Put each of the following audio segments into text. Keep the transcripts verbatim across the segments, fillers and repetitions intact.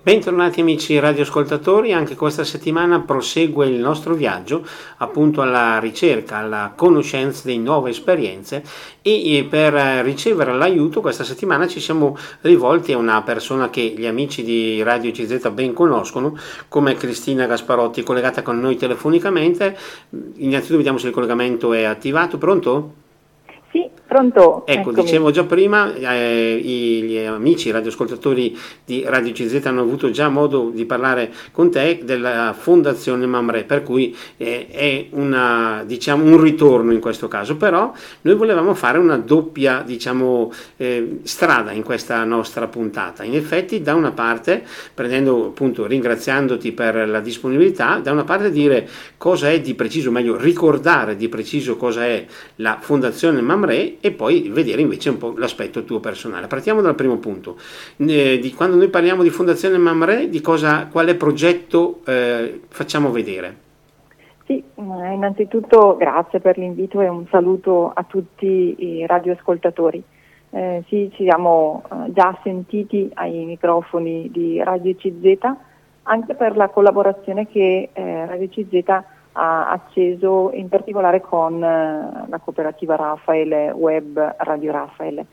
Bentornati amici radioascoltatori, anche questa settimana prosegue il nostro viaggio appunto alla ricerca, alla conoscenza di nuove esperienze e per ricevere l'aiuto questa settimana ci siamo rivolti a una persona che gli amici di Radio C Z ben conoscono, come Cristina Gasparotti, collegata con noi telefonicamente. Innanzitutto vediamo se il collegamento è attivato. Pronto? Sì, pronto. Ecco, Eccomi. dicevo già prima, eh, gli amici radioascoltatori di Radio C Z hanno avuto già modo di parlare con te della Fondazione Mamre, per cui eh, è una, diciamo, un ritorno in questo caso, però noi volevamo fare una doppia, diciamo, eh, strada in questa nostra puntata. In effetti, da una parte, prendendo appunto, ringraziandoti per la disponibilità, da una parte dire cosa è di preciso, meglio ricordare di preciso cosa è la Fondazione Mamre e poi vedere invece un po' l'aspetto tuo personale. Partiamo dal primo punto. Eh, di quando noi parliamo di Fondazione Mamre, di cosa, quale progetto eh, facciamo vedere? Sì, innanzitutto grazie per l'invito e un saluto a tutti i radioascoltatori. Eh, sì, ci siamo già sentiti ai microfoni di Radio C Z, anche per la collaborazione che eh, Radio C Z ha acceso in particolare con la cooperativa Raffaele Web Radio Raffaele.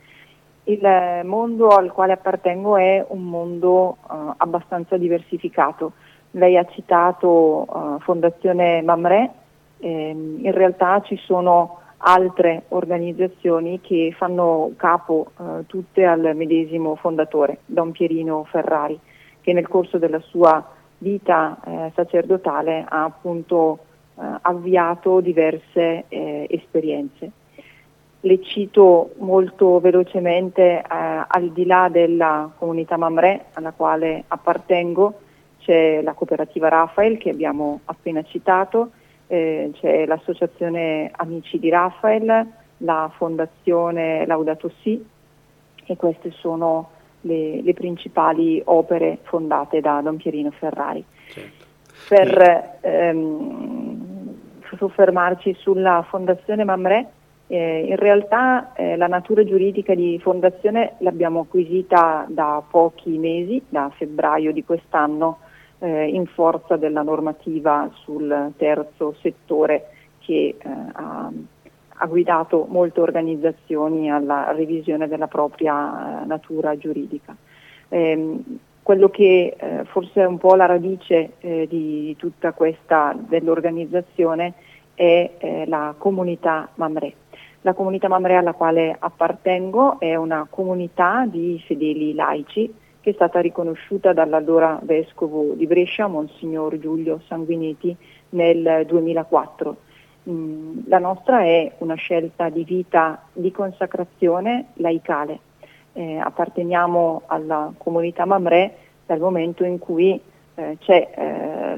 Il mondo al quale appartengo è un mondo uh, abbastanza diversificato. Lei ha citato uh, Fondazione Mamre, ehm, in realtà ci sono altre organizzazioni che fanno capo uh, tutte al medesimo fondatore, Don Pierino Ferrari, che nel corso della sua vita eh, sacerdotale ha appunto Uh, avviato diverse eh, esperienze. Le cito molto velocemente, uh, al di là della comunità Mamre alla quale appartengo, c'è la cooperativa Raffaele che abbiamo appena citato, eh, c'è l'associazione Amici di Raffaele, la fondazione Laudato Si, e queste sono le, le principali opere fondate da Don Pierino Ferrari. Certo. Per ehm, soffermarci sulla Fondazione Mamre, eh, in realtà eh, la natura giuridica di fondazione l'abbiamo acquisita da pochi mesi, da febbraio di quest'anno, eh, in forza della normativa sul terzo settore che eh, ha, ha guidato molte organizzazioni alla revisione della propria eh, natura giuridica. Eh, Quello che eh, forse è un po' la radice eh, di tutta questa dell'organizzazione è eh, la comunità Mamre. La comunità Mamre alla quale appartengo è una comunità di fedeli laici che è stata riconosciuta dall'allora vescovo di Brescia, Monsignor Giulio Sanguinetti, nel duemilaquattro. Mm, la nostra è una scelta di vita di consacrazione laicale. Eh, apparteniamo alla comunità Mamre dal momento in cui eh, c'è eh,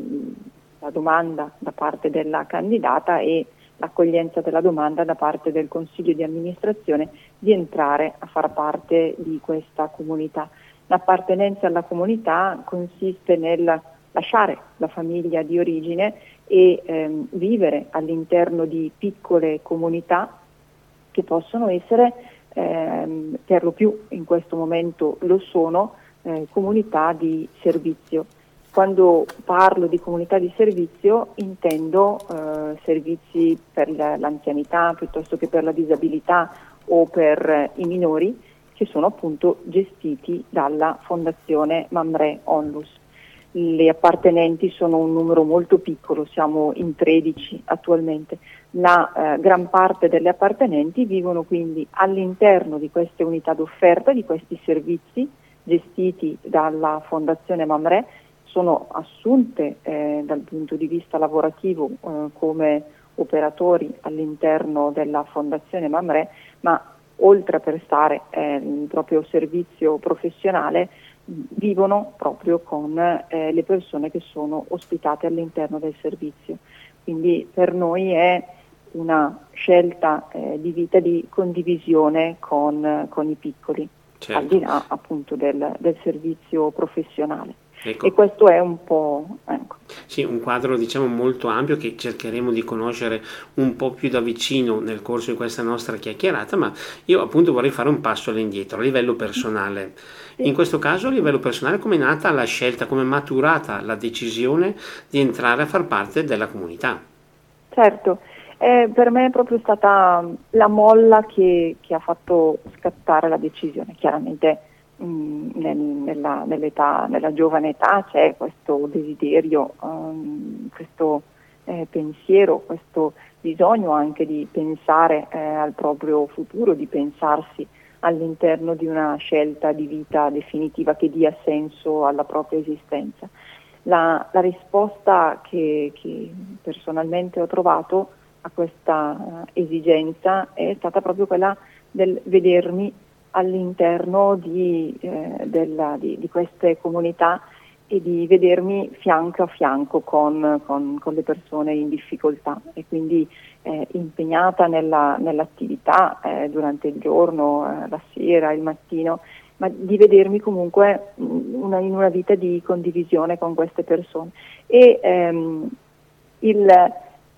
la domanda da parte della candidata e l'accoglienza della domanda da parte del Consiglio di amministrazione di entrare a far parte di questa comunità. L'appartenenza alla comunità consiste nel lasciare la famiglia di origine e ehm, vivere all'interno di piccole comunità che possono essere Ehm, per lo più in questo momento lo sono, eh, comunità di servizio. Quando parlo di comunità di servizio intendo eh, servizi per l'anzianità piuttosto che per la disabilità o per eh, i minori, che sono appunto gestiti dalla Fondazione Mamre Onlus. Le appartenenti sono un numero molto piccolo, siamo in tredici attualmente. La eh, gran parte delle appartenenti vivono quindi all'interno di queste unità d'offerta, di questi servizi gestiti dalla Fondazione Mamre, sono assunte eh, dal punto di vista lavorativo eh, come operatori all'interno della Fondazione Mamre, ma oltre a prestare eh, il proprio servizio professionale, vivono proprio con eh, le persone che sono ospitate all'interno del servizio. Quindi per noi è una scelta eh, di vita di condivisione con, con i piccoli, certo, al di là appunto del, del servizio professionale. Ecco. E questo è un po', ecco. Sì, un quadro diciamo molto ampio che cercheremo di conoscere un po' più da vicino nel corso di questa nostra chiacchierata, ma io appunto vorrei fare un passo all'indietro a livello personale. Sì. In questo caso a livello personale come è nata la scelta, come è maturata la decisione di entrare a far parte della comunità? Certo, eh, per me è proprio stata la molla che, che ha fatto scattare la decisione. Chiaramente mh, nel- nella, nell'età, nella giovane età c'è questo desiderio, ehm, questo eh, pensiero, questo bisogno anche di pensare eh, al proprio futuro, di pensarsi all'interno di una scelta di vita definitiva che dia senso alla propria esistenza. La, la risposta che, che personalmente ho trovato a questa eh, esigenza è stata proprio quella del vedermi all'interno di, eh, della- di- di queste comunità e di vedermi fianco a fianco con, con- con le persone in difficoltà e quindi eh, impegnata nella- nell'attività eh, durante il giorno, eh, la sera, il mattino, ma di vedermi comunque mh, una- in una vita di condivisione con queste persone. E ehm, il,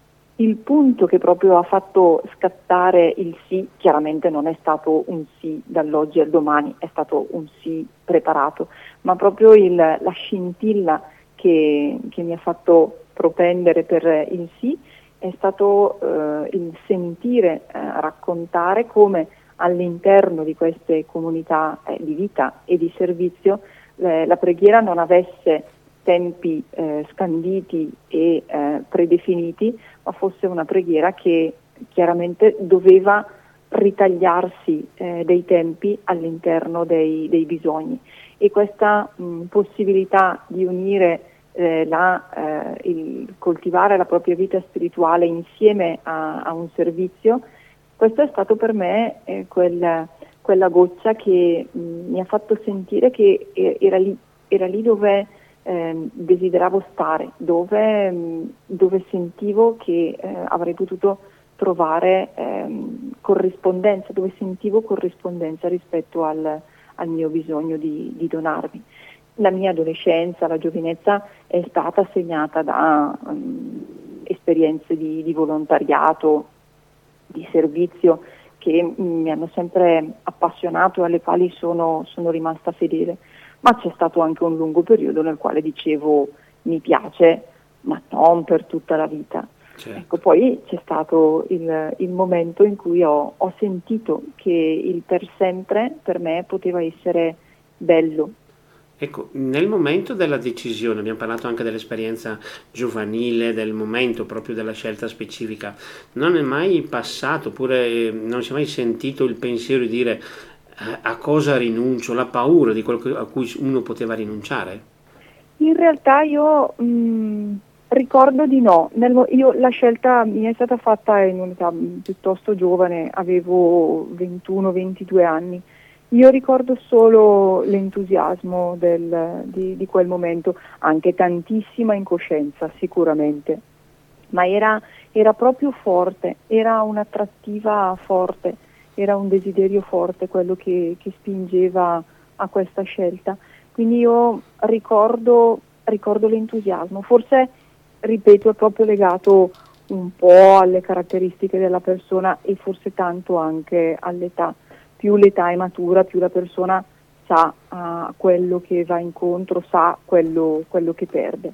il punto che proprio ha fatto scattare il sì, chiaramente non è stato un sì dall'oggi al domani, è stato un sì preparato, ma proprio il- la scintilla che, che mi ha fatto propendere per il sì è stato eh, il sentire eh, raccontare come all'interno di queste comunità eh, di vita e di servizio eh, la preghiera non avesse tempi eh, scanditi e eh, predefiniti, ma fosse una preghiera che chiaramente doveva ritagliarsi eh, dei tempi all'interno dei, dei bisogni. E questa mh, possibilità di unire eh, la, eh, il coltivare la propria vita spirituale insieme a, a un servizio, questo è stato per me eh, quel, quella goccia che mh, mi ha fatto sentire che eh, era lì, era lì dove eh, desideravo stare, dove, mh, dove sentivo che eh, avrei potuto trovare ehm, corrispondenza, dove sentivo corrispondenza rispetto al, al mio bisogno di, di donarmi. La mia adolescenza, la giovinezza è stata segnata da um, esperienze di, di volontariato, di servizio che mi hanno sempre appassionato e alle quali sono, sono rimasta fedele, ma c'è stato anche un lungo periodo nel quale dicevo mi piace, ma non per tutta la vita. Certo. Ecco, poi c'è stato il, il momento in cui ho, ho sentito che il per sempre per me poteva essere bello. Ecco, nel momento della decisione, abbiamo parlato anche dell'esperienza giovanile, del momento proprio della scelta specifica, non è mai passato, oppure eh, non si è mai sentito il pensiero di dire eh, a cosa rinuncio, la paura di quello che- a cui uno poteva rinunciare? In realtà io mh, ricordo di no. Nel mo- io, la scelta mi è stata fatta in un'età mh, piuttosto giovane, avevo ventuno ventidue anni. Io ricordo solo l'entusiasmo del- di, di quel momento, anche tantissima incoscienza sicuramente, ma era, era proprio forte, era un'attrattiva forte, era un desiderio forte quello che, che spingeva a questa scelta. Quindi io ricordo, ricordo l'entusiasmo, forse, ripeto, è proprio legato un po' alle caratteristiche della persona e forse tanto anche all'età. Più l'età è matura, più la persona sa uh, quello che va incontro, sa quello, quello che perde.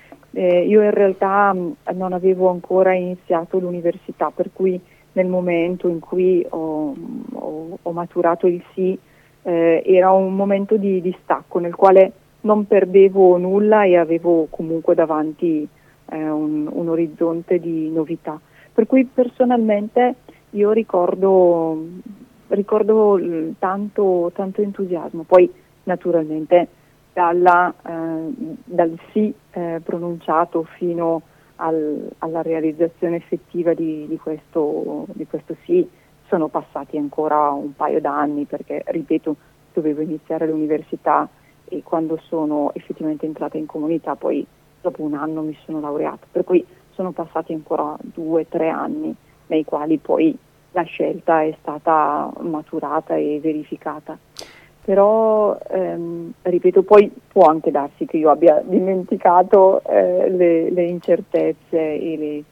Eh, io in realtà mh, non avevo ancora iniziato l'università, per cui nel momento in cui ho, ho, ho maturato il sì, eh, era un momento di distacco nel quale non perdevo nulla e avevo comunque davanti eh, un, un orizzonte di novità. Per cui personalmente io ricordo, ricordo l- tanto, tanto entusiasmo, poi naturalmente dalla, eh, dal sì eh, pronunciato fino al, alla realizzazione effettiva di, di, questo, di questo sì sono passati ancora un paio d'anni perché, ripeto, dovevo iniziare l'università e quando sono effettivamente entrata in comunità poi dopo un anno mi sono laureata, per cui sono passati ancora due, tre anni nei quali poi la scelta è stata maturata e verificata. però ehm, ripeto, poi può anche darsi che io abbia dimenticato eh, le, le incertezze e le...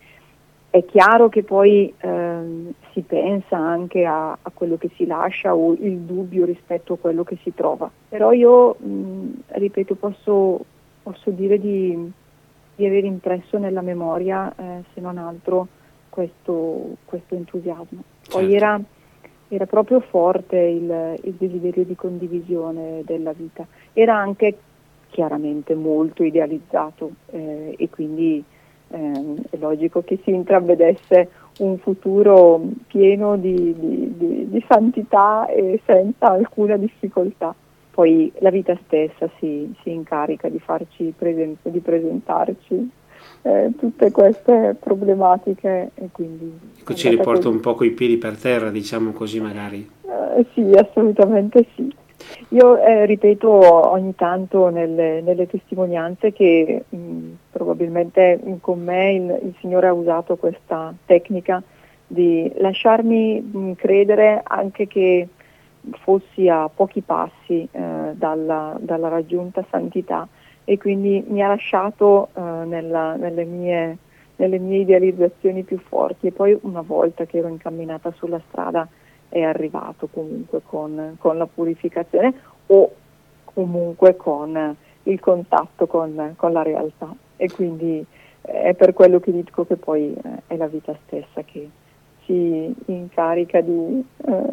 È chiaro che poi ehm, si pensa anche a, a quello che si lascia o il dubbio rispetto a quello che si trova, però io mh, ripeto, posso, posso dire di, di aver impresso nella memoria eh, se non altro questo, questo entusiasmo. Poi Certo. era, era proprio forte il, il desiderio di condivisione della vita, era anche chiaramente molto idealizzato eh, e quindi eh, è logico che si intravedesse un futuro pieno di, di, di, di santità e senza alcuna difficoltà. Poi la vita stessa si, si incarica di farci presente, di presentarci eh, tutte queste problematiche e quindi Ecco, è ci andata riporta così. un po' coi piedi per terra, diciamo così magari. Eh, sì, assolutamente sì. Io eh, ripeto ogni tanto nelle, nelle testimonianze che mh, probabilmente con me il, il Signore ha usato questa tecnica di lasciarmi mh, credere anche che fossi a pochi passi eh, dalla, dalla raggiunta santità e quindi mi ha lasciato eh, nella, nelle, mie, nelle mie idealizzazioni più forti e poi una volta che ero incamminata sulla strada è arrivato comunque con, con la purificazione o comunque con il contatto con, con la realtà e quindi eh, è per quello che dico che poi eh, è la vita stessa che si incarica di, eh,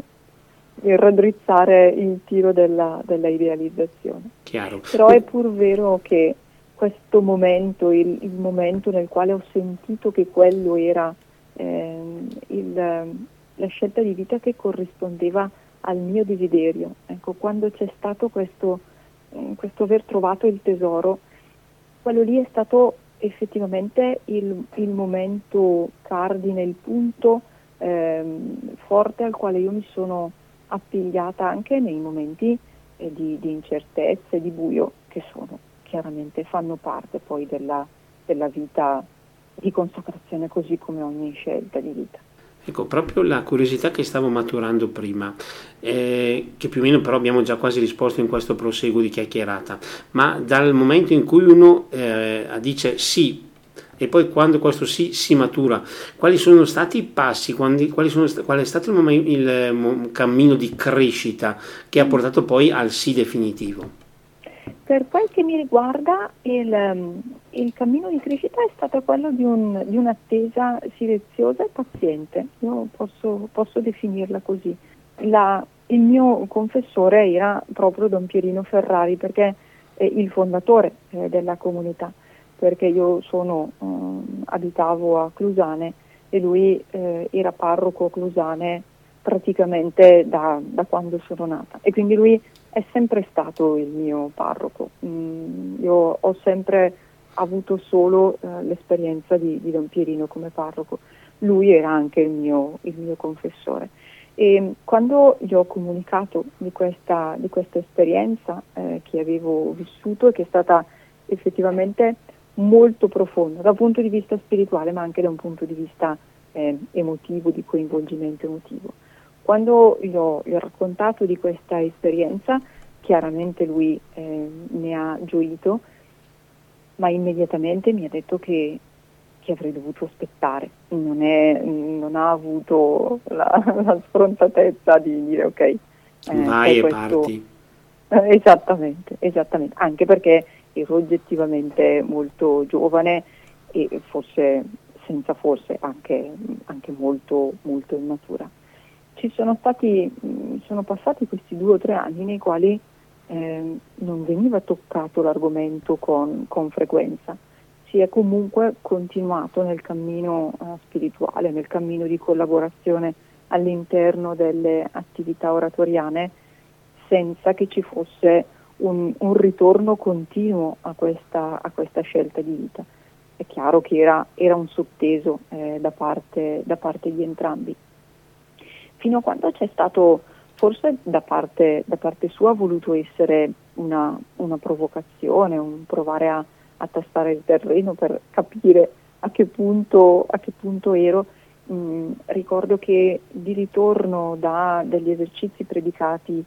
di raddrizzare il tiro della, della idealizzazione. Chiaro. Però è pur vero che questo momento, il, il momento nel quale ho sentito che quello era eh, il, la scelta di vita che corrispondeva al mio desiderio, ecco, quando c'è stato questo, eh, questo aver trovato il tesoro, quello lì è stato effettivamente il, il momento cardine, il punto ehm, forte al quale io mi sono appigliata anche nei momenti eh, di, di incertezze, di buio, che sono chiaramente fanno parte poi della, della vita di consacrazione, così come ogni scelta di vita. Ecco, proprio la curiosità che stavo maturando prima, eh, che più o meno però abbiamo già quasi risposto in questo proseguo di chiacchierata, ma dal momento in cui uno eh, dice sì e poi quando questo sì si matura, quali sono stati i passi, quali, quali sono, qual è stato il, momen- il eh, cammino di crescita che ha portato poi al sì definitivo? Per quel che mi riguarda, il, um, il cammino di crescita è stato quello di, un, di un'attesa silenziosa e paziente, io posso, posso definirla così. La, il mio confessore era proprio Don Pierino Ferrari, perché è il fondatore eh, della comunità, perché io sono, um, abitavo a Clusane e lui eh, era parroco a Clusane praticamente da, da quando sono nata e quindi lui è sempre stato il mio parroco. Mm, io ho sempre avuto solo eh, l'esperienza di, di Don Pierino come parroco, lui era anche il mio, il mio confessore. E quando gli ho comunicato di questa, di questa esperienza eh, che avevo vissuto e che è stata effettivamente molto profonda dal punto di vista spirituale ma anche da un punto di vista eh, emotivo, di coinvolgimento emotivo, quando gli ho, gli ho raccontato di questa esperienza, chiaramente lui eh, ne ha gioito, ma immediatamente mi ha detto che, che avrei dovuto aspettare. Non, è, non ha avuto la, la sfrontatezza di dire ok, eh, Vai è e questo. parti. Eh, esattamente, esattamente, anche perché ero oggettivamente molto giovane e forse, senza forse, anche, anche molto, molto immatura. Ci sono stati, sono passati questi due o tre anni nei quali eh, non veniva toccato l'argomento con, con frequenza, si è comunque continuato nel cammino eh, spirituale, nel cammino di collaborazione all'interno delle attività oratoriane, senza che ci fosse un, un ritorno continuo a questa, a questa scelta di vita. È chiaro che era, era un sotteso eh, da parte, da parte di entrambi. Fino a quando c'è stato, forse da parte, da parte sua ha voluto essere una, una provocazione, un provare a, a tastare il terreno per capire a che punto, a che punto ero. Mm, ricordo che di ritorno da degli esercizi predicati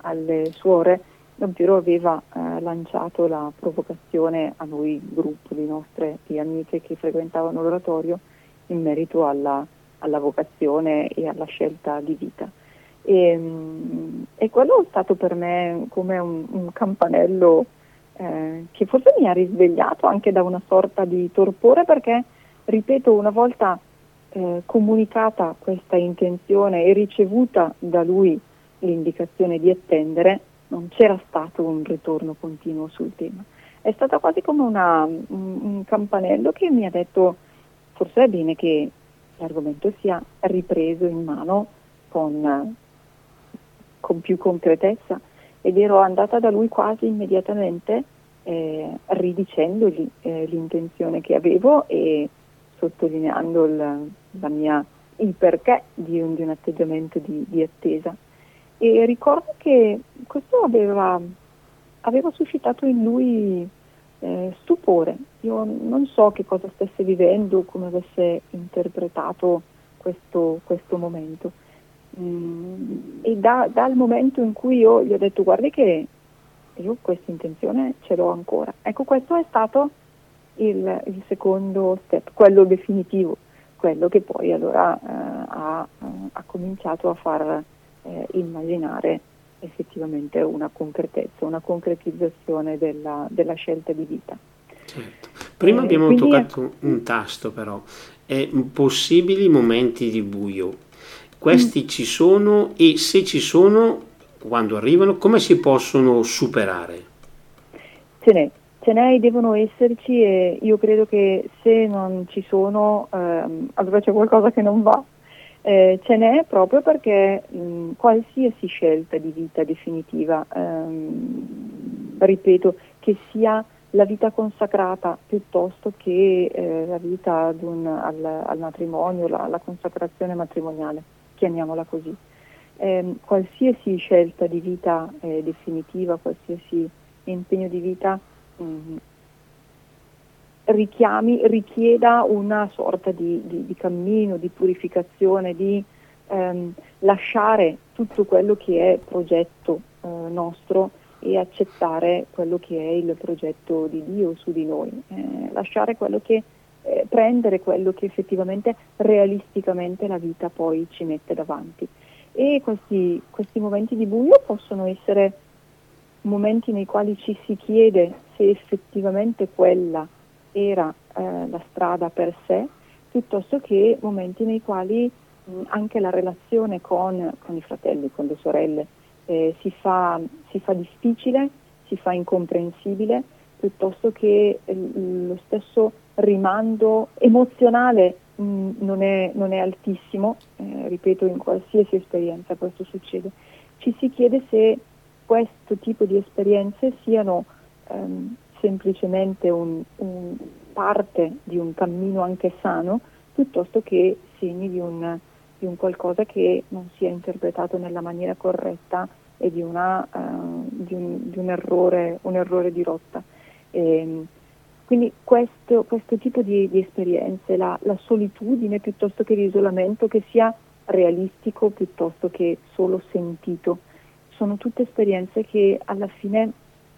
alle suore, Don Piero aveva eh, lanciato la provocazione a noi, il gruppo di nostre di amiche che frequentavano l'oratorio, in merito alla, alla vocazione e alla scelta di vita. E, e quello è stato per me come un, un campanello eh, che forse mi ha risvegliato anche da una sorta di torpore, perché, ripeto, una volta eh, comunicata questa intenzione e ricevuta da lui l'indicazione di attendere, non c'era stato un ritorno continuo sul tema. È stata quasi come una, un, un campanello che mi ha detto: forse è bene che l'argomento sia ripreso in mano con, con più concretezza, ed ero andata da lui quasi immediatamente eh, ridicendogli eh, l'intenzione che avevo e sottolineando il, la mia, il perché di un, di un atteggiamento di, di attesa. E ricordo che questo aveva, aveva suscitato in lui eh, stupore. Io non so che cosa stesse vivendo, come avesse interpretato questo, questo momento. Mm, e da, dal momento in cui io gli ho detto: guardi che io questa intenzione ce l'ho ancora. Ecco, questo è stato il, il secondo step, quello definitivo, quello che poi allora eh, ha, ha cominciato a far eh, immaginare effettivamente una concretezza, una concretizzazione della, della scelta di vita. Certo. Prima Eh, abbiamo quindi toccato un tasto, però, eh, possibili momenti di buio. Questi mm, ci sono, e se ci sono, quando arrivano, come si possono superare? ce n'è, ce n'è e devono esserci, e io credo che se non ci sono ehm, allora c'è qualcosa che non va. Eh, ce n'è proprio perché mh, qualsiasi scelta di vita definitiva, ehm, ripeto, che sia la vita consacrata piuttosto che eh, la vita ad un, al, al matrimonio, la, la consacrazione matrimoniale, chiamiamola così. Eh, qualsiasi scelta di vita eh, definitiva, qualsiasi impegno di vita mh, richiami, richieda una sorta di, di, di cammino, di purificazione, di ehm, lasciare tutto quello che è progetto eh, nostro e accettare quello che è il progetto di Dio su di noi, eh, lasciare quello che, eh, prendere quello che effettivamente, realisticamente la vita poi ci mette davanti. E questi, questi momenti di buio possono essere momenti nei quali ci si chiede se effettivamente quella era eh, la strada per sé, piuttosto che momenti nei quali mh, anche la relazione con, con i fratelli, con le sorelle, eh, si fa, si fa difficile, si fa incomprensibile, piuttosto che eh, lo stesso rimando emozionale mh, non è, non è altissimo, eh, ripeto, in qualsiasi esperienza questo succede. Ci si chiede se questo tipo di esperienze siano ehm, semplicemente un, un parte di un cammino anche sano, piuttosto che segni di un, di un qualcosa che non sia interpretato nella maniera corretta e di, una, uh, di, un, di un, errore, un errore di rotta. E, quindi questo, questo tipo di, di esperienze, la, la solitudine piuttosto che l'isolamento, che sia realistico piuttosto che solo sentito, sono tutte esperienze che alla fine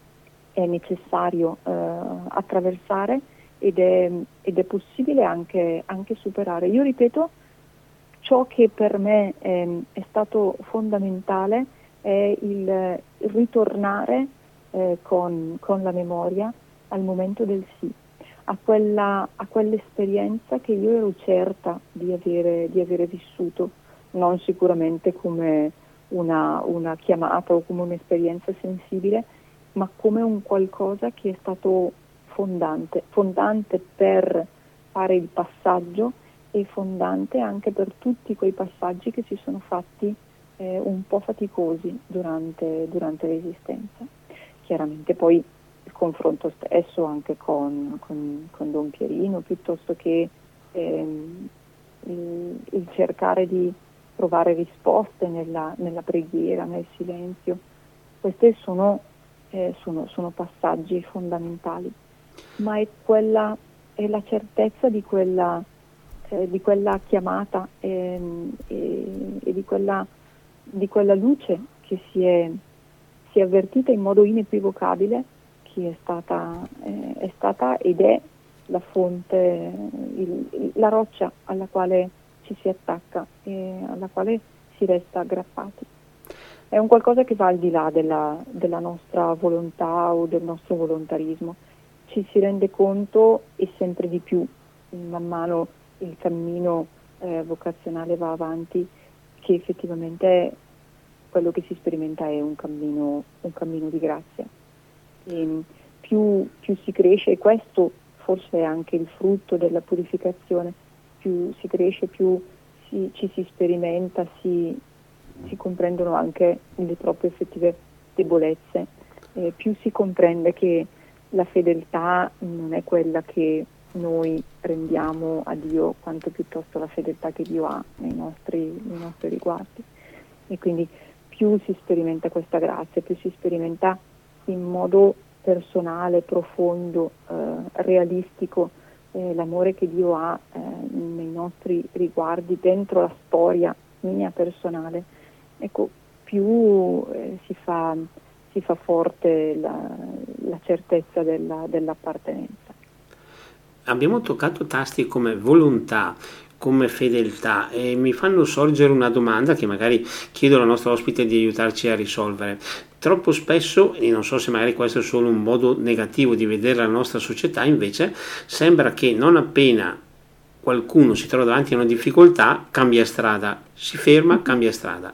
è necessario eh, attraversare ed è, ed è possibile anche, anche superare. Io ripeto, ciò che per me è, è stato fondamentale è il, il ritornare eh, con, con la memoria al momento del sì, a, quella, a quell'esperienza che io ero certa di avere, di avere vissuto, non sicuramente come una, una chiamata o come un'esperienza sensibile, ma come un qualcosa che è stato fondante, fondante per fare il passaggio e fondante anche per tutti quei passaggi che si sono fatti eh, un po' faticosi durante, durante l'esistenza. Chiaramente poi il confronto stesso anche con, con, con Don Pierino, piuttosto che ehm, il, il cercare di trovare risposte nella, nella preghiera, nel silenzio. Questi sono, eh, sono, sono passaggi fondamentali, ma è, quella, è la certezza di quella, eh, di quella chiamata ehm, e, e di, quella, di quella luce che si è, si è avvertita in modo inequivocabile chi è stata, eh, è stata ed è la fonte, il, la roccia alla quale ci si attacca e alla quale si resta aggrappati. È un qualcosa che va al di là della, della nostra volontà o del nostro volontarismo. Ci si rende conto, e sempre di più, man mano il cammino eh, vocazionale va avanti, che effettivamente quello che si sperimenta è un cammino, un cammino di grazia. E più, più si cresce, e questo forse è anche il frutto della purificazione, più si cresce, più si, ci si sperimenta, si, si comprendono anche le proprie effettive debolezze, eh, più si comprende che la fedeltà non è quella che noi rendiamo a Dio, quanto piuttosto la fedeltà che Dio ha nei nostri, nei nostri riguardi. E quindi più si sperimenta questa grazia, più si sperimenta in modo personale, profondo, eh, realistico, eh, l'amore che Dio ha eh, nei nostri riguardi, dentro la storia mia personale, ecco, più eh, si fa, si fa forte la, la certezza della, dell'appartenenza. Abbiamo toccato tasti come volontà, come fedeltà, e mi fanno sorgere una domanda che magari chiedo alla nostra ospite di aiutarci a risolvere. Troppo spesso, e non so se magari questo è solo un modo negativo di vedere la nostra società, invece sembra che non appena qualcuno si trova davanti a una difficoltà cambia strada, si ferma, cambia strada.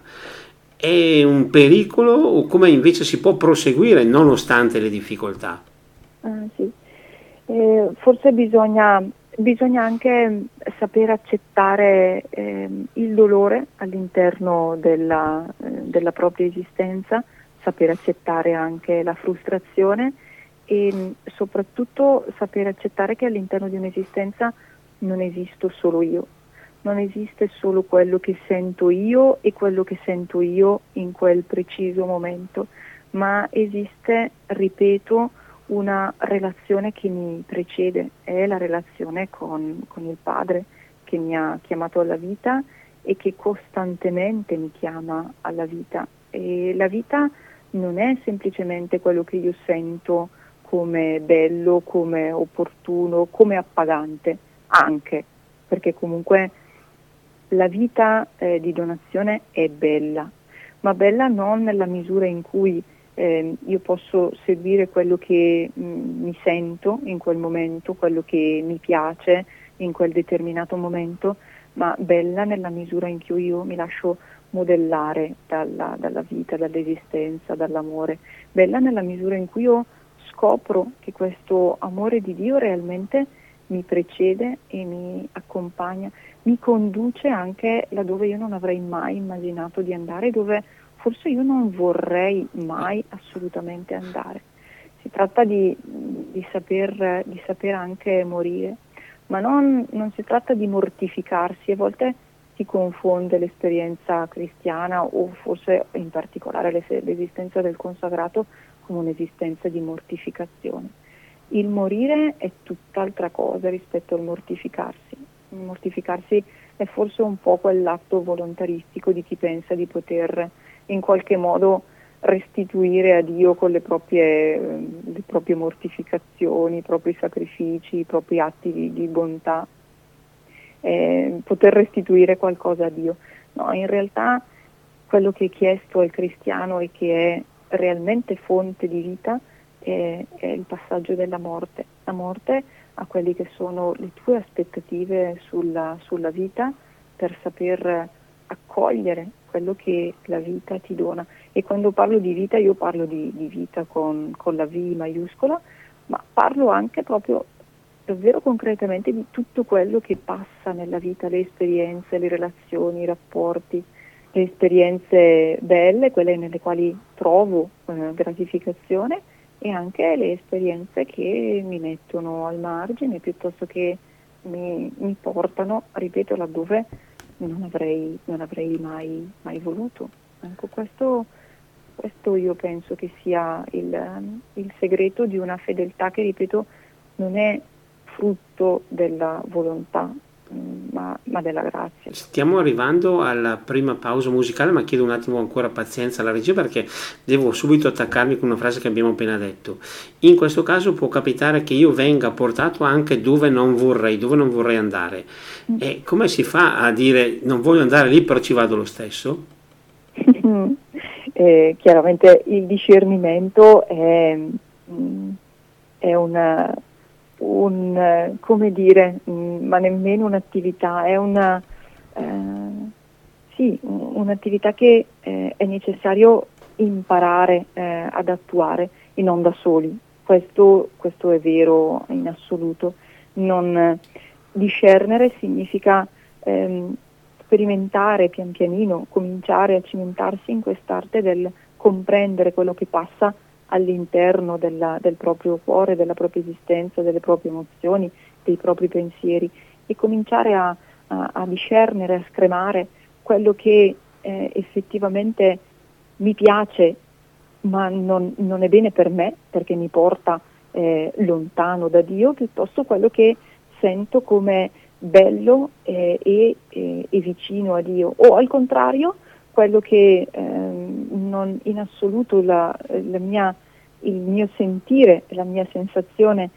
È un pericolo o come invece si può proseguire nonostante le difficoltà? Ah, sì. Eh, forse bisogna, bisogna anche saper accettare eh, il dolore all'interno della, eh, della propria esistenza, saper accettare anche la frustrazione e soprattutto saper accettare che all'interno di un'esistenza non esisto solo io, non esiste solo quello che sento io e quello che sento io in quel preciso momento, ma esiste, ripeto, una relazione che mi precede, è la relazione con, con il Padre che mi ha chiamato alla vita e che costantemente mi chiama alla vita. E la vita non è semplicemente quello che io sento come bello, come opportuno, come appagante, anche, perché comunque la vita eh, di donazione è bella, ma bella non nella misura in cui Eh, io posso seguire quello che mh, mi sento in quel momento, quello che mi piace in quel determinato momento, ma bella nella misura in cui io mi lascio modellare dalla, dalla vita, dall'esistenza, dall'amore, bella nella misura in cui io scopro che questo amore di Dio realmente mi precede e mi accompagna, mi conduce anche laddove io non avrei mai immaginato di andare, dove forse io non vorrei mai assolutamente andare. Si tratta di, di, saper, di saper anche morire, ma non, non si tratta di mortificarsi. A volte si confonde l'esperienza cristiana o forse in particolare l'esistenza del consacrato come un'esistenza di mortificazione. Il morire è tutt'altra cosa rispetto al mortificarsi. Il mortificarsi è forse un po' quell'atto volontaristico di chi pensa di poter in qualche modo restituire a Dio con le proprie, le proprie mortificazioni, i propri sacrifici, i propri atti di, di bontà, eh, poter restituire qualcosa a Dio. No, in realtà quello che è chiesto al cristiano e che è realmente fonte di vita è, è il passaggio della morte, la morte a quelle che sono le tue aspettative sulla, sulla vita, per saper accogliere quello che la vita ti dona. E quando parlo di vita io parlo di, di vita con, con la V maiuscola, ma parlo anche proprio davvero concretamente di tutto quello che passa nella vita, le esperienze, le relazioni, i rapporti, le esperienze belle, quelle nelle quali trovo eh, gratificazione, e anche le esperienze che mi mettono al margine piuttosto che mi, mi portano, ripeto, laddove non avrei, non avrei mai, mai voluto. Ecco, questo, questo io penso che sia il, il segreto di una fedeltà che, ripeto, non è frutto della volontà, ma, ma della grazia. Stiamo arrivando alla prima pausa musicale, ma chiedo un attimo ancora pazienza alla regia perché devo subito attaccarmi con una frase che abbiamo appena detto. In questo caso può capitare che io venga portato anche dove non vorrei, dove non vorrei andare. Mm. E come si fa a dire non voglio andare lì però ci vado lo stesso? eh, chiaramente il discernimento è, è una, un, come dire, ma nemmeno un'attività, è una, eh, sì, un'attività che eh, è necessario imparare eh, ad attuare e non da soli. Questo, questo è vero in assoluto. Non discernere significa ehm, sperimentare pian pianino, cominciare a cimentarsi in quest'arte del comprendere quello che passa all'interno della, del proprio cuore, della propria esistenza, delle proprie emozioni, dei propri pensieri e cominciare a, a, a discernere, a scremare quello che eh, effettivamente mi piace ma non, non è bene per me perché mi porta eh, lontano da Dio, piuttosto quello che sento come bello eh, e, e, e vicino a Dio, o al contrario quello che eh, non in assoluto la, la mia, il mio sentire, la mia sensazione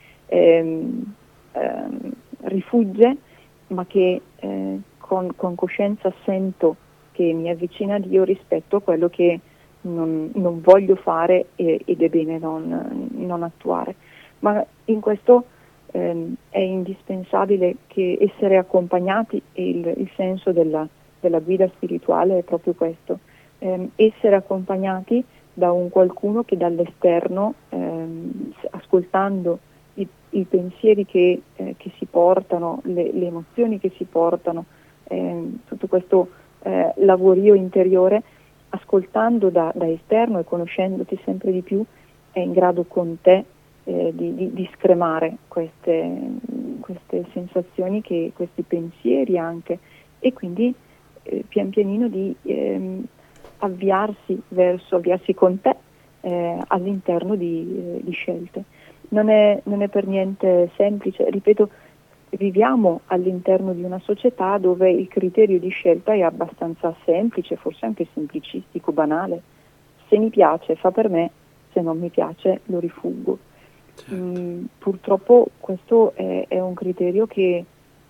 ehm, ehm, rifugge, ma che eh, con, con coscienza sento che mi avvicina a Dio rispetto a quello che non, non voglio fare e, ed è bene non, non attuare. Ma in questo ehm, è indispensabile che essere accompagnati, e il, il senso della, della guida spirituale è proprio questo, ehm, essere accompagnati da un qualcuno che dall'esterno, ehm, ascoltando i, i pensieri che, eh, che si portano, le, le emozioni che si portano, ehm, tutto questo eh, lavorio interiore, ascoltando da, da esterno e conoscendoti sempre di più, è in grado con te eh, di, di, di scremare queste, queste sensazioni, che, questi pensieri anche, e quindi eh, pian pianino di ehm, avviarsi verso, avviarsi con te eh, all'interno di, eh, di scelte. Non è, non è per niente semplice, ripeto, viviamo all'interno di una società dove il criterio di scelta è abbastanza semplice, forse anche semplicistico, banale. Se mi piace fa per me, se non mi piace lo rifuggo. Certo. Mm, purtroppo questo è, è un criterio che,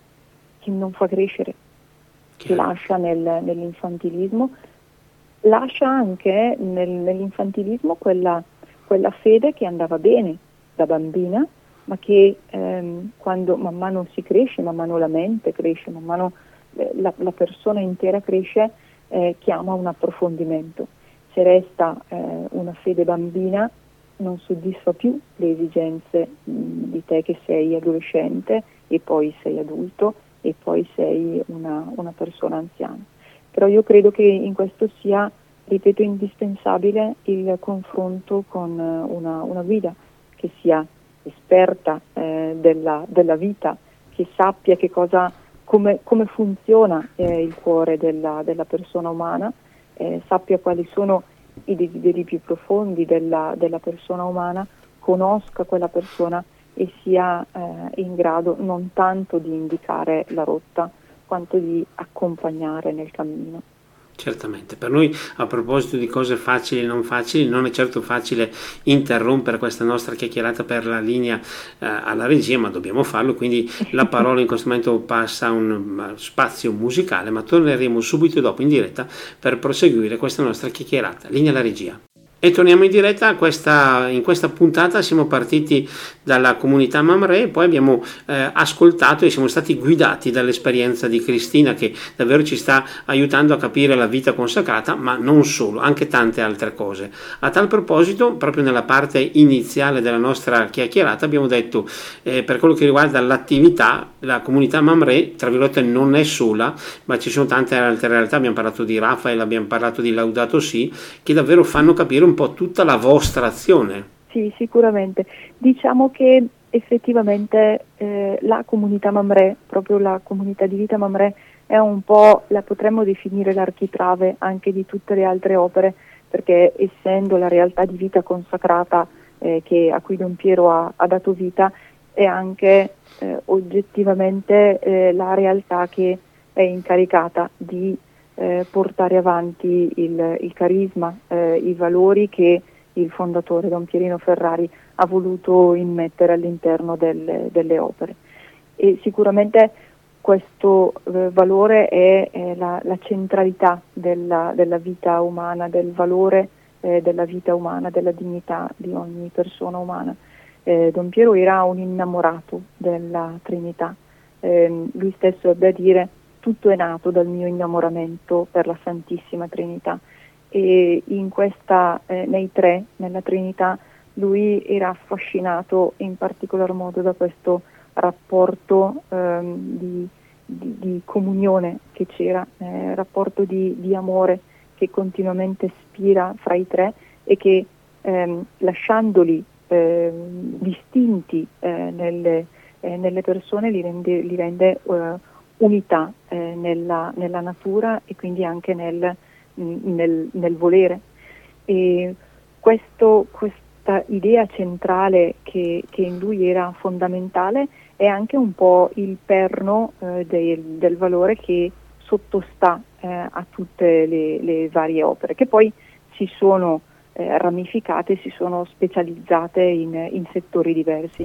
che non fa crescere, che lascia nel, nell'infantilismo, lascia anche nel, nell'infantilismo quella, quella fede che andava bene da bambina, ma che ehm, quando man mano si cresce, man mano la mente cresce, man mano eh, la, la persona intera cresce, eh, chiama un approfondimento. Se resta eh, una fede bambina, non soddisfa più le esigenze mh, di te che sei adolescente e poi sei adulto e poi sei una, una persona anziana. Però io credo che in questo sia, ripeto, indispensabile il confronto con una, una guida che sia esperta eh, della, della vita, che sappia che cosa, come, come funziona eh, il cuore della, della persona umana, eh, sappia quali sono i desideri più profondi della, della persona umana, conosca quella persona e sia eh, in grado non tanto di indicare la rotta quanto di accompagnare nel cammino. Certamente, per noi, a proposito di cose facili e non facili, non è certo facile interrompere questa nostra chiacchierata per la linea eh, alla regia, ma dobbiamo farlo, quindi la parola in questo momento passa a un spazio musicale, ma torneremo subito dopo in diretta per proseguire questa nostra chiacchierata. Linea alla regia. E torniamo in diretta. Questa, in questa puntata siamo partiti dalla comunità Mamre e poi abbiamo eh, ascoltato e siamo stati guidati dall'esperienza di Cristina, che davvero ci sta aiutando a capire la vita consacrata, ma non solo, anche tante altre cose. A tal proposito, proprio nella parte iniziale della nostra chiacchierata abbiamo detto eh, per quello che riguarda l'attività, la comunità Mamre, tra virgolette, non è sola, ma ci sono tante altre realtà. Abbiamo parlato di Rafael, abbiamo parlato di Laudato Si, che davvero fanno capire un po' tutta la vostra azione. Sì, sicuramente. Diciamo che effettivamente eh, la comunità Mamre, proprio la comunità di vita Mamre, è un po', la potremmo definire l'architrave anche di tutte le altre opere, perché essendo la realtà di vita consacrata eh, che, a cui Don Piero ha, ha dato vita, è anche eh, oggettivamente eh, la realtà che è incaricata di eh, portare avanti il, il carisma, eh, i valori che il fondatore Don Pierino Ferrari ha voluto immettere all'interno delle, delle opere. E sicuramente questo eh, valore è, è la, la centralità della, della vita umana, del valore eh, della vita umana, della dignità di ogni persona umana. Eh, Don Piero era un innamorato della Trinità, eh, lui stesso ebbe a dire: tutto è nato dal mio innamoramento per la Santissima Trinità. E in questa, eh, nei tre, nella Trinità, lui era affascinato in particolar modo da questo rapporto ehm, di, di, di comunione che c'era, eh, rapporto di, di amore che continuamente spira fra i tre e che ehm, lasciandoli eh, distinti eh, nelle, eh, nelle persone li rende, li rende eh, unità eh, nella, nella natura e quindi anche nel, nel, nel volere. E questo, questa idea centrale che, che in lui era fondamentale è anche un po' il perno eh, del, del valore che sottostà eh, a tutte le, le varie opere, che poi si sono eh, ramificate, si sono specializzate in, in settori diversi.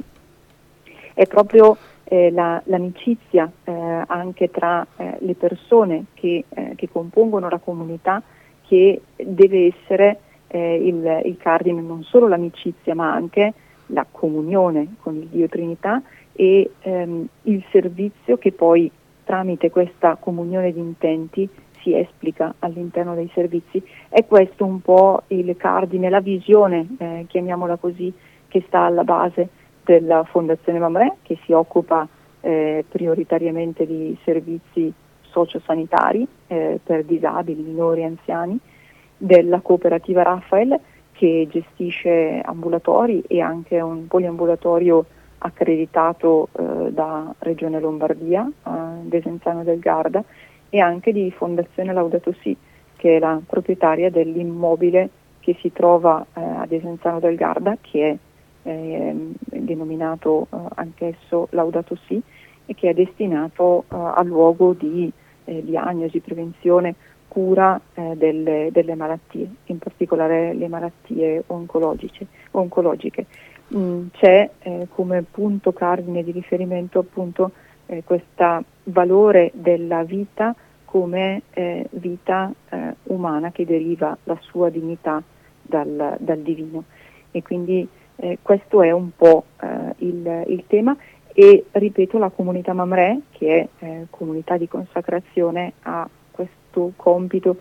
È proprio eh, la, l'amicizia eh, anche tra eh, le persone che, eh, che compongono la comunità che deve essere eh, il, il cardine, non solo l'amicizia ma anche la comunione con il Dio Trinità e ehm, il servizio che poi tramite questa comunione di intenti si esplica all'interno dei servizi. È questo un po' il cardine, la visione, eh, chiamiamola così, che sta alla base della Fondazione Mamre, che si occupa eh, prioritariamente di servizi sociosanitari eh, per disabili, minori e anziani, della cooperativa Raphael, che gestisce ambulatori e anche un poliambulatorio accreditato eh, da Regione Lombardia, eh, Desenzano del Garda, e anche di Fondazione Laudato Si, che è la proprietaria dell'immobile che si trova eh, a Desenzano del Garda, che è eh, denominato eh, anch'esso Laudato Si e che è destinato eh, a luogo di eh, diagnosi, prevenzione, cura eh, delle, delle malattie, in particolare le malattie oncologiche. oncologiche. Mm, c'è eh, come punto cardine di riferimento appunto eh, questo valore della vita come eh, vita eh, umana che deriva la sua dignità dal, dal divino, e quindi eh, questo è un po' eh, il, il tema. E ripeto, la comunità Mamre, che è eh, comunità di consacrazione, ha questo compito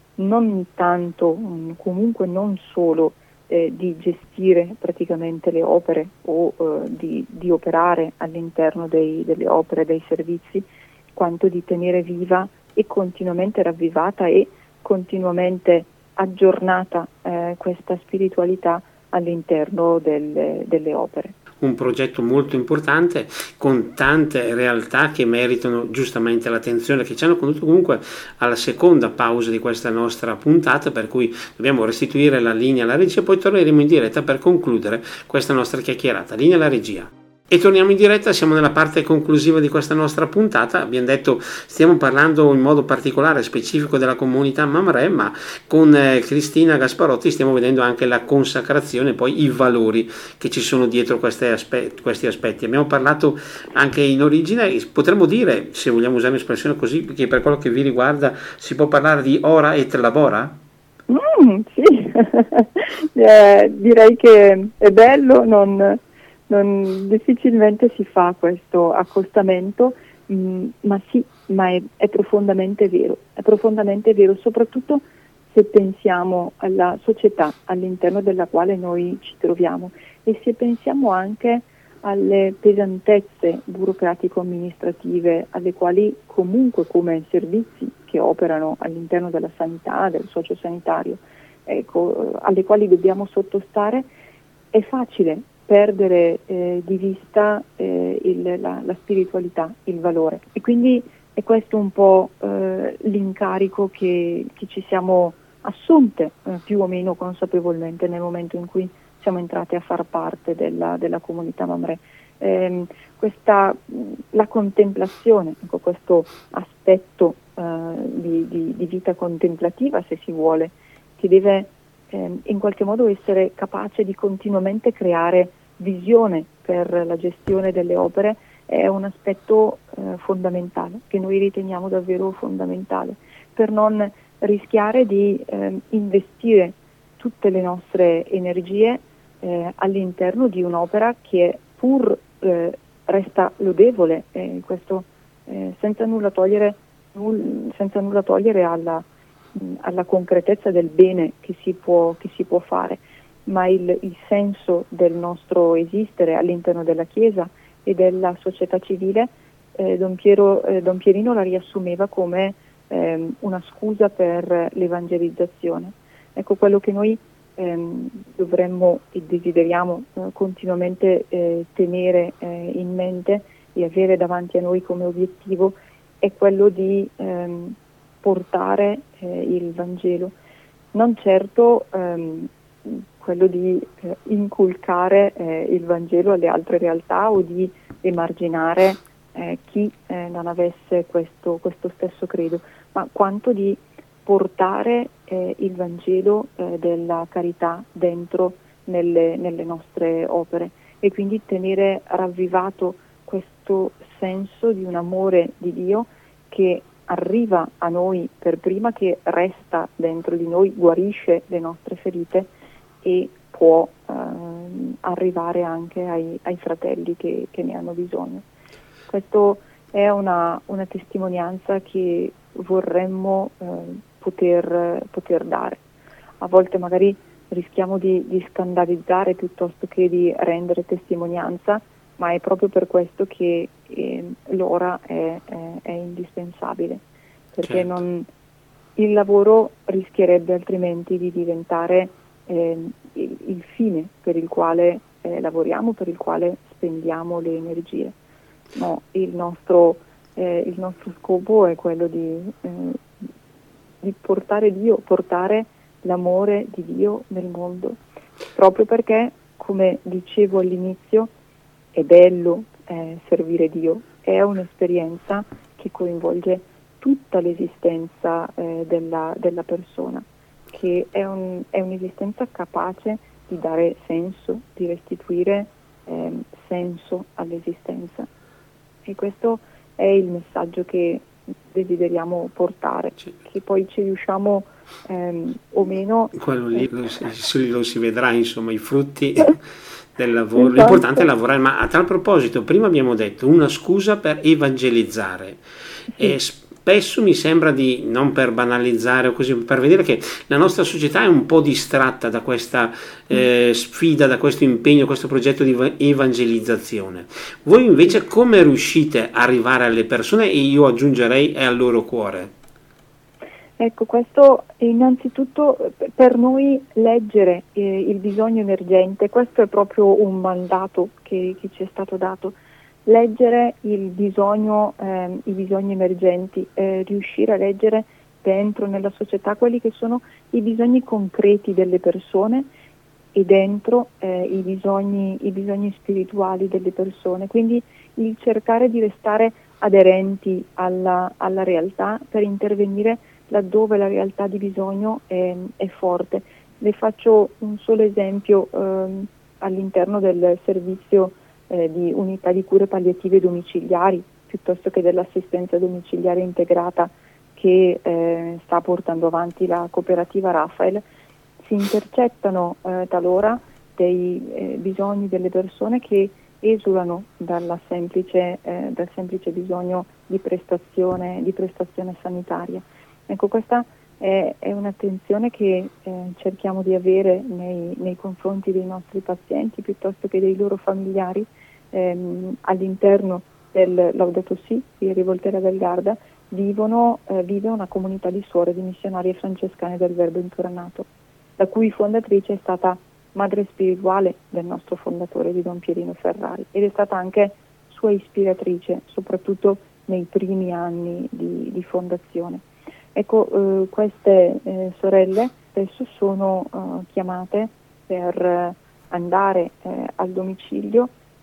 non tanto, mh, comunque non solo eh, di gestire praticamente le opere o eh, di, di operare all'interno dei, delle opere, dei servizi, quanto di tenere viva e continuamente ravvivata e continuamente aggiornata eh, questa spiritualità all'interno delle, delle opere. Un progetto molto importante con tante realtà che meritano giustamente l'attenzione, che ci hanno condotto comunque alla seconda pausa di questa nostra puntata, per cui dobbiamo restituire la linea alla regia e poi torneremo in diretta per concludere questa nostra chiacchierata. Linea alla regia. E torniamo in diretta, siamo nella parte conclusiva di questa nostra puntata. Abbiamo detto, stiamo parlando in modo particolare specifico della comunità Mamre, ma con eh, Cristina Gasparotti stiamo vedendo anche la consacrazione, poi i valori che ci sono dietro questi aspetti, questi aspetti. Abbiamo parlato anche in origine, potremmo dire, se vogliamo usare un'espressione così, che per quello che vi riguarda si può parlare di ora et labora? Mm, sì, eh, direi che è bello, non... Non, difficilmente si fa questo accostamento, mh, ma sì, ma è, è profondamente vero, è profondamente vero, soprattutto se pensiamo alla società all'interno della quale noi ci troviamo e se pensiamo anche alle pesantezze burocratico-amministrative alle quali comunque come servizi che operano all'interno della sanità, del sociosanitario, ecco, alle quali dobbiamo sottostare, è facile perdere eh, di vista eh, il, la, la spiritualità, il valore. E quindi è questo un po' eh, l'incarico che, che ci siamo assunte eh, più o meno consapevolmente nel momento in cui siamo entrati a far parte della, della comunità Mamre. ehm, questa, la contemplazione, ecco, questo aspetto eh, di, di, di vita contemplativa, se si vuole, che deve ehm, in qualche modo essere capace di continuamente creare visione per la gestione delle opere, è un aspetto eh, fondamentale, che noi riteniamo davvero fondamentale, per non rischiare di eh, investire tutte le nostre energie eh, all'interno di un'opera che pur eh, resta lodevole, eh, questo eh, senza nulla togliere, null, senza nulla togliere alla, mh, alla concretezza del bene che si può, che si può fare, ma il, il senso del nostro esistere all'interno della Chiesa e della società civile, eh, Don, Piero, eh, Don Pierino la riassumeva come eh, una scusa per l'evangelizzazione. Ecco, quello che noi ehm, dovremmo e desideriamo eh, continuamente eh, tenere eh, in mente e avere davanti a noi come obiettivo è quello di ehm, portare eh, il Vangelo, non certo ehm, quello di eh, inculcare eh, il Vangelo alle altre realtà o di emarginare eh, chi eh, non avesse questo, questo stesso credo, ma quanto di portare eh, il Vangelo eh, della carità dentro nelle, nelle nostre opere e quindi tenere ravvivato questo senso di un amore di Dio che arriva a noi per prima, che resta dentro di noi, guarisce le nostre ferite e può ehm, arrivare anche ai, ai fratelli che, che ne hanno bisogno. Questo è una, una testimonianza che vorremmo eh, poter, poter dare. A volte magari rischiamo di, di scandalizzare piuttosto che di rendere testimonianza, ma è proprio per questo che eh, l'ora è, è, è indispensabile, perché certo. non, il lavoro rischierebbe altrimenti di diventare eh, il, il fine per il quale eh, lavoriamo, per il quale spendiamo le energie. No, il nostro, eh, il nostro scopo è quello di, eh, di portare Dio, portare l'amore di Dio nel mondo, proprio perché, come dicevo all'inizio, è bello eh, servire Dio, è un'esperienza che coinvolge tutta l'esistenza eh, della, della persona, che è, un, è un'esistenza capace di dare senso, di restituire eh, senso all'esistenza. E questo è il messaggio che desideriamo portare, che poi ci riusciamo ehm, o meno. Quello lì lo si, lo si vedrà, insomma, i frutti del lavoro. Esatto. L'importante è lavorare, ma a tal proposito, prima abbiamo detto una scusa per evangelizzare. Sì. E spesso mi sembra di, non per banalizzare o così, per vedere che la nostra società è un po' distratta da questa eh, sfida, da questo impegno, questo progetto di evangelizzazione. Voi invece come riuscite a arrivare alle persone, e io aggiungerei è al loro cuore? Ecco, questo innanzitutto per noi leggere eh, il bisogno emergente, questo è proprio un mandato che, che ci è stato dato. Leggere il bisogno, eh, i bisogni emergenti, eh, riuscire a leggere dentro nella società quelli che sono i bisogni concreti delle persone e dentro eh, i, bisogni, i bisogni spirituali delle persone, quindi il cercare di restare aderenti alla, alla realtà per intervenire laddove la realtà di bisogno è, è forte. Le faccio un solo esempio ehm, all'interno del servizio Eh, di unità di cure palliative domiciliari, piuttosto che dell'assistenza domiciliare integrata che eh, sta portando avanti la cooperativa Rafael, si intercettano eh, talora dei eh, bisogni delle persone che esulano dalla semplice, eh, dal semplice bisogno di prestazione, di prestazione sanitaria. Ecco, questa è, è un'attenzione che eh, cerchiamo di avere nei, nei confronti dei nostri pazienti piuttosto che dei loro familiari. Ehm, all'interno del Laudato Si di Rivoltella del Garda vivono, eh, vive una comunità di suore di missionarie francescane del Verbo Incarnato, la cui fondatrice è stata madre spirituale del nostro fondatore, di Don Pierino Ferrari, ed è stata anche sua ispiratrice, soprattutto nei primi anni di, di fondazione. Ecco, eh, queste eh, sorelle spesso sono eh, chiamate per andare eh, al domicilio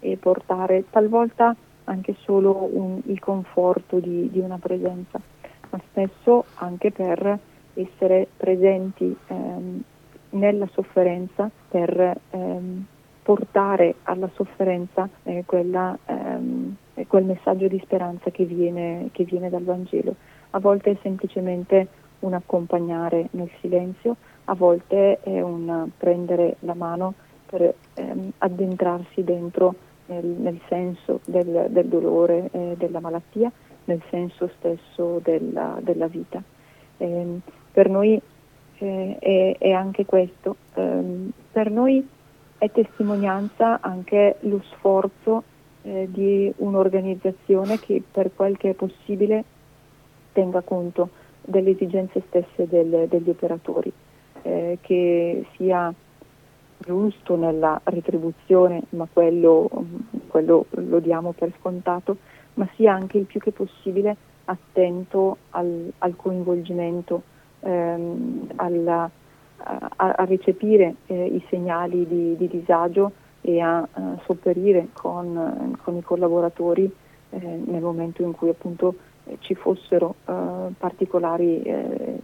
e portare talvolta anche solo un, il conforto di, di una presenza, ma spesso anche per essere presenti ehm, nella sofferenza, per ehm, portare alla sofferenza eh, quella, ehm, quel messaggio di speranza che viene, che viene dal Vangelo. A volte è semplicemente un accompagnare nel silenzio, a volte è un prendere la mano per ehm, addentrarsi dentro nel, nel senso del, del dolore, eh, della malattia, nel senso stesso della, della vita. Eh, per noi eh, è, è anche questo, eh, per noi è testimonianza anche lo sforzo eh, di un'organizzazione che per quel che è possibile tenga conto delle esigenze stesse del, degli operatori, eh, che sia giusto nella retribuzione, ma quello, quello lo diamo per scontato, ma sia anche il più che possibile attento al, al coinvolgimento, ehm, alla, a, a recepire eh, i segnali di, di disagio e a, a sopperire con, con i collaboratori eh, nel momento in cui appunto eh, ci fossero eh, particolari eh,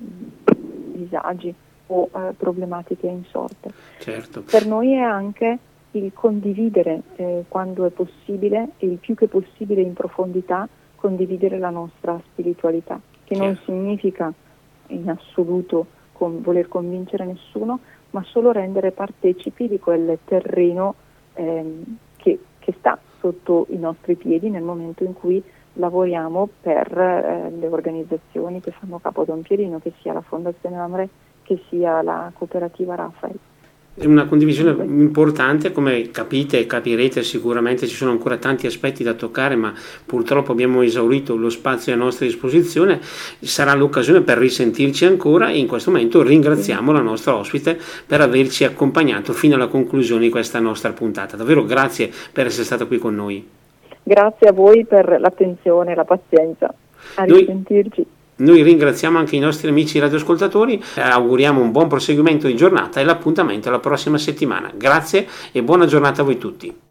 disagi o eh, problematiche insorte. Certo. Per noi è anche il condividere eh, quando è possibile e il più che possibile in profondità condividere la nostra spiritualità, che non Certo. significa in assoluto con voler convincere nessuno, ma solo rendere partecipi di quel terreno ehm, che, che sta sotto i nostri piedi nel momento in cui lavoriamo per eh, le organizzazioni che fanno capo a Don Pierino, che sia la Fondazione Mamre, che sia la cooperativa Raffael. È una condivisione importante, come capite e capirete sicuramente ci sono ancora tanti aspetti da toccare, ma purtroppo abbiamo esaurito lo spazio a nostra disposizione. Sarà l'occasione per risentirci ancora e in questo momento ringraziamo la nostra ospite per averci accompagnato fino alla conclusione di questa nostra puntata. Davvero grazie per essere stata qui con noi. Grazie a voi per l'attenzione e la pazienza. A risentirci. Noi... Noi ringraziamo anche i nostri amici radioascoltatori, eh, auguriamo un buon proseguimento di giornata e l'appuntamento alla prossima settimana. Grazie e buona giornata a voi tutti.